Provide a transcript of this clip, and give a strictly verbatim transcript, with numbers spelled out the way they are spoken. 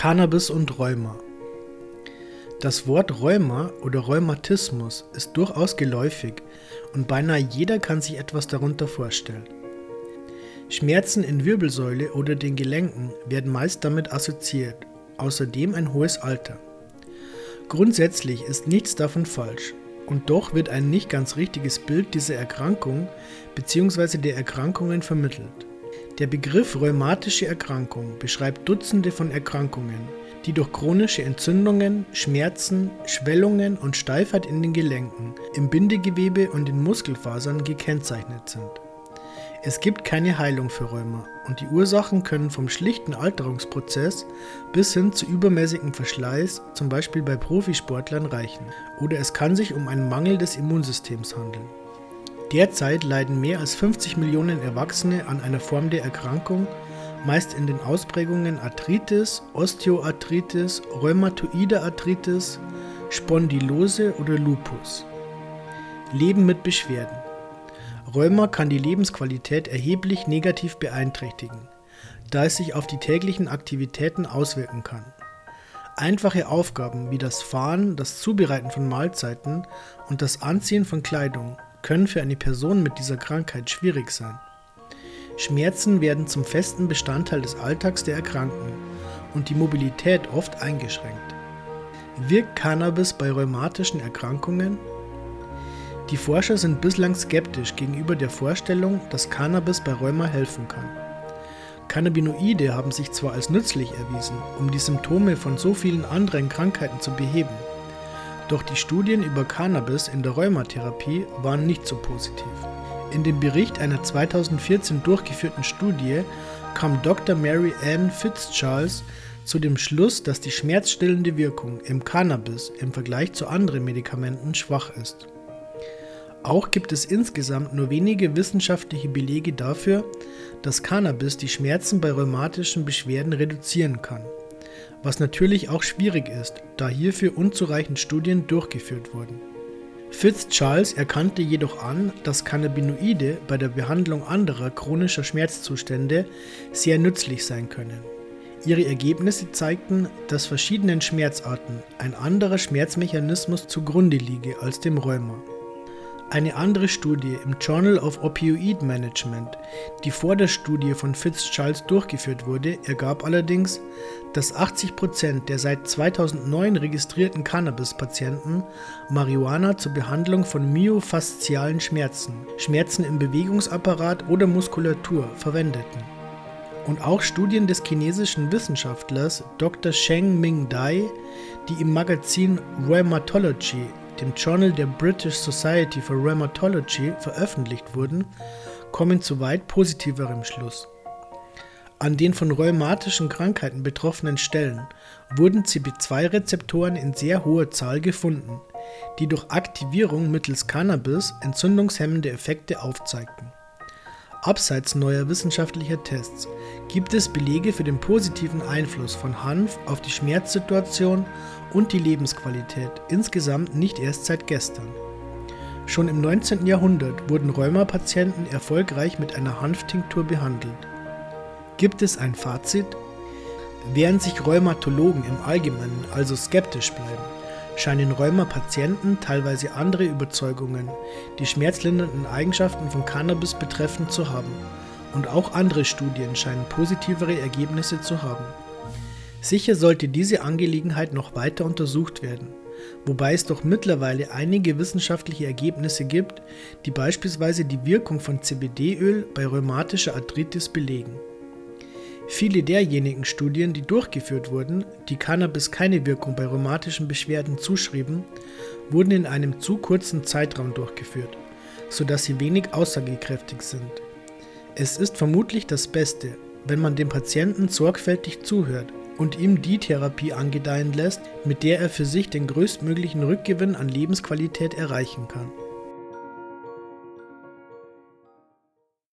Cannabis und Rheuma. Das Wort Rheuma oder Rheumatismus ist durchaus geläufig und beinahe jeder kann sich etwas darunter vorstellen. Schmerzen in Wirbelsäule oder den Gelenken werden meist damit assoziiert, außerdem ein hohes Alter. Grundsätzlich ist nichts davon falsch, und doch wird ein nicht ganz richtiges Bild dieser Erkrankung bzw. der Erkrankungen vermittelt. Der Begriff rheumatische Erkrankung beschreibt Dutzende von Erkrankungen, die durch chronische Entzündungen, Schmerzen, Schwellungen und Steifheit in den Gelenken, im Bindegewebe und den Muskelfasern gekennzeichnet sind. Es gibt keine Heilung für Rheuma und die Ursachen können vom schlichten Alterungsprozess bis hin zu übermäßigem Verschleiß, zum Beispiel bei Profisportlern, reichen. Oder es kann sich um einen Mangel des Immunsystems handeln. Derzeit leiden mehr als fünfzig Millionen Erwachsene an einer Form der Erkrankung, meist in den Ausprägungen Arthritis, Osteoarthritis, rheumatoide Arthritis, Spondylose oder Lupus. Leben mit Beschwerden. Rheuma kann die Lebensqualität erheblich negativ beeinträchtigen, da es sich auf die täglichen Aktivitäten auswirken kann. Einfache Aufgaben wie das Fahren, das Zubereiten von Mahlzeiten und das Anziehen von Kleidung können für eine Person mit dieser Krankheit schwierig sein. Schmerzen werden zum festen Bestandteil des Alltags der Erkrankten und die Mobilität oft eingeschränkt. Wirkt Cannabis bei rheumatischen Erkrankungen? Die Forscher sind bislang skeptisch gegenüber der Vorstellung, dass Cannabis bei Rheuma helfen kann. Cannabinoide haben sich zwar als nützlich erwiesen, um die Symptome von so vielen anderen Krankheiten zu beheben, doch die Studien über Cannabis in der Rheumatherapie waren nicht so positiv. In dem Bericht einer zweitausendvierzehn durchgeführten Studie kam Doktor Mary Ann Fitzcharles zu dem Schluss, dass die schmerzstillende Wirkung im Cannabis im Vergleich zu anderen Medikamenten schwach ist. Auch gibt es insgesamt nur wenige wissenschaftliche Belege dafür, dass Cannabis die Schmerzen bei rheumatischen Beschwerden reduzieren kann, was natürlich auch schwierig ist, da hierfür unzureichend Studien durchgeführt wurden. Fitzcharles erkannte jedoch an, dass Cannabinoide bei der Behandlung anderer chronischer Schmerzzustände sehr nützlich sein können. Ihre Ergebnisse zeigten, dass verschiedenen Schmerzarten ein anderer Schmerzmechanismus zugrunde liege als dem Rheuma. Eine andere Studie im Journal of Opioid Management, die vor der Studie von Fitzcharles durchgeführt wurde, ergab allerdings, dass achtzig Prozent der seit zweitausendneun registrierten Cannabis-Patienten Marihuana zur Behandlung von myofaszialen Schmerzen, Schmerzen im Bewegungsapparat oder Muskulatur verwendeten. Und auch Studien des chinesischen Wissenschaftlers Doktor Sheng Ming Dai, die im Magazin Rheumatology, dem Journal der British Society for Rheumatology, veröffentlicht wurden, kommen zu weit positiverem Schluss. An den von rheumatischen Krankheiten betroffenen Stellen wurden C B zwei Rezeptoren in sehr hoher Zahl gefunden, die durch Aktivierung mittels Cannabis entzündungshemmende Effekte aufzeigten. Abseits neuer wissenschaftlicher Tests gibt es Belege für den positiven Einfluss von Hanf auf die Schmerzsituation und die Lebensqualität, insgesamt nicht erst seit gestern. Schon im neunzehnten Jahrhundert wurden Rheuma-Patienten erfolgreich mit einer Hanftinktur behandelt. Gibt es ein Fazit? Während sich Rheumatologen im Allgemeinen also skeptisch bleiben, scheinen Rheuma-Patienten teilweise andere Überzeugungen, die schmerzlindernden Eigenschaften von Cannabis betreffend zu haben, und auch andere Studien scheinen positivere Ergebnisse zu haben. Sicher sollte diese Angelegenheit noch weiter untersucht werden, wobei es doch mittlerweile einige wissenschaftliche Ergebnisse gibt, die beispielsweise die Wirkung von C B D-Öl bei rheumatischer Arthritis belegen. Viele derjenigen Studien, die durchgeführt wurden, die Cannabis keine Wirkung bei rheumatischen Beschwerden zuschrieben, wurden in einem zu kurzen Zeitraum durchgeführt, sodass sie wenig aussagekräftig sind. Es ist vermutlich das Beste, wenn man dem Patienten sorgfältig zuhört und ihm die Therapie angedeihen lässt, mit der er für sich den größtmöglichen Rückgewinn an Lebensqualität erreichen kann.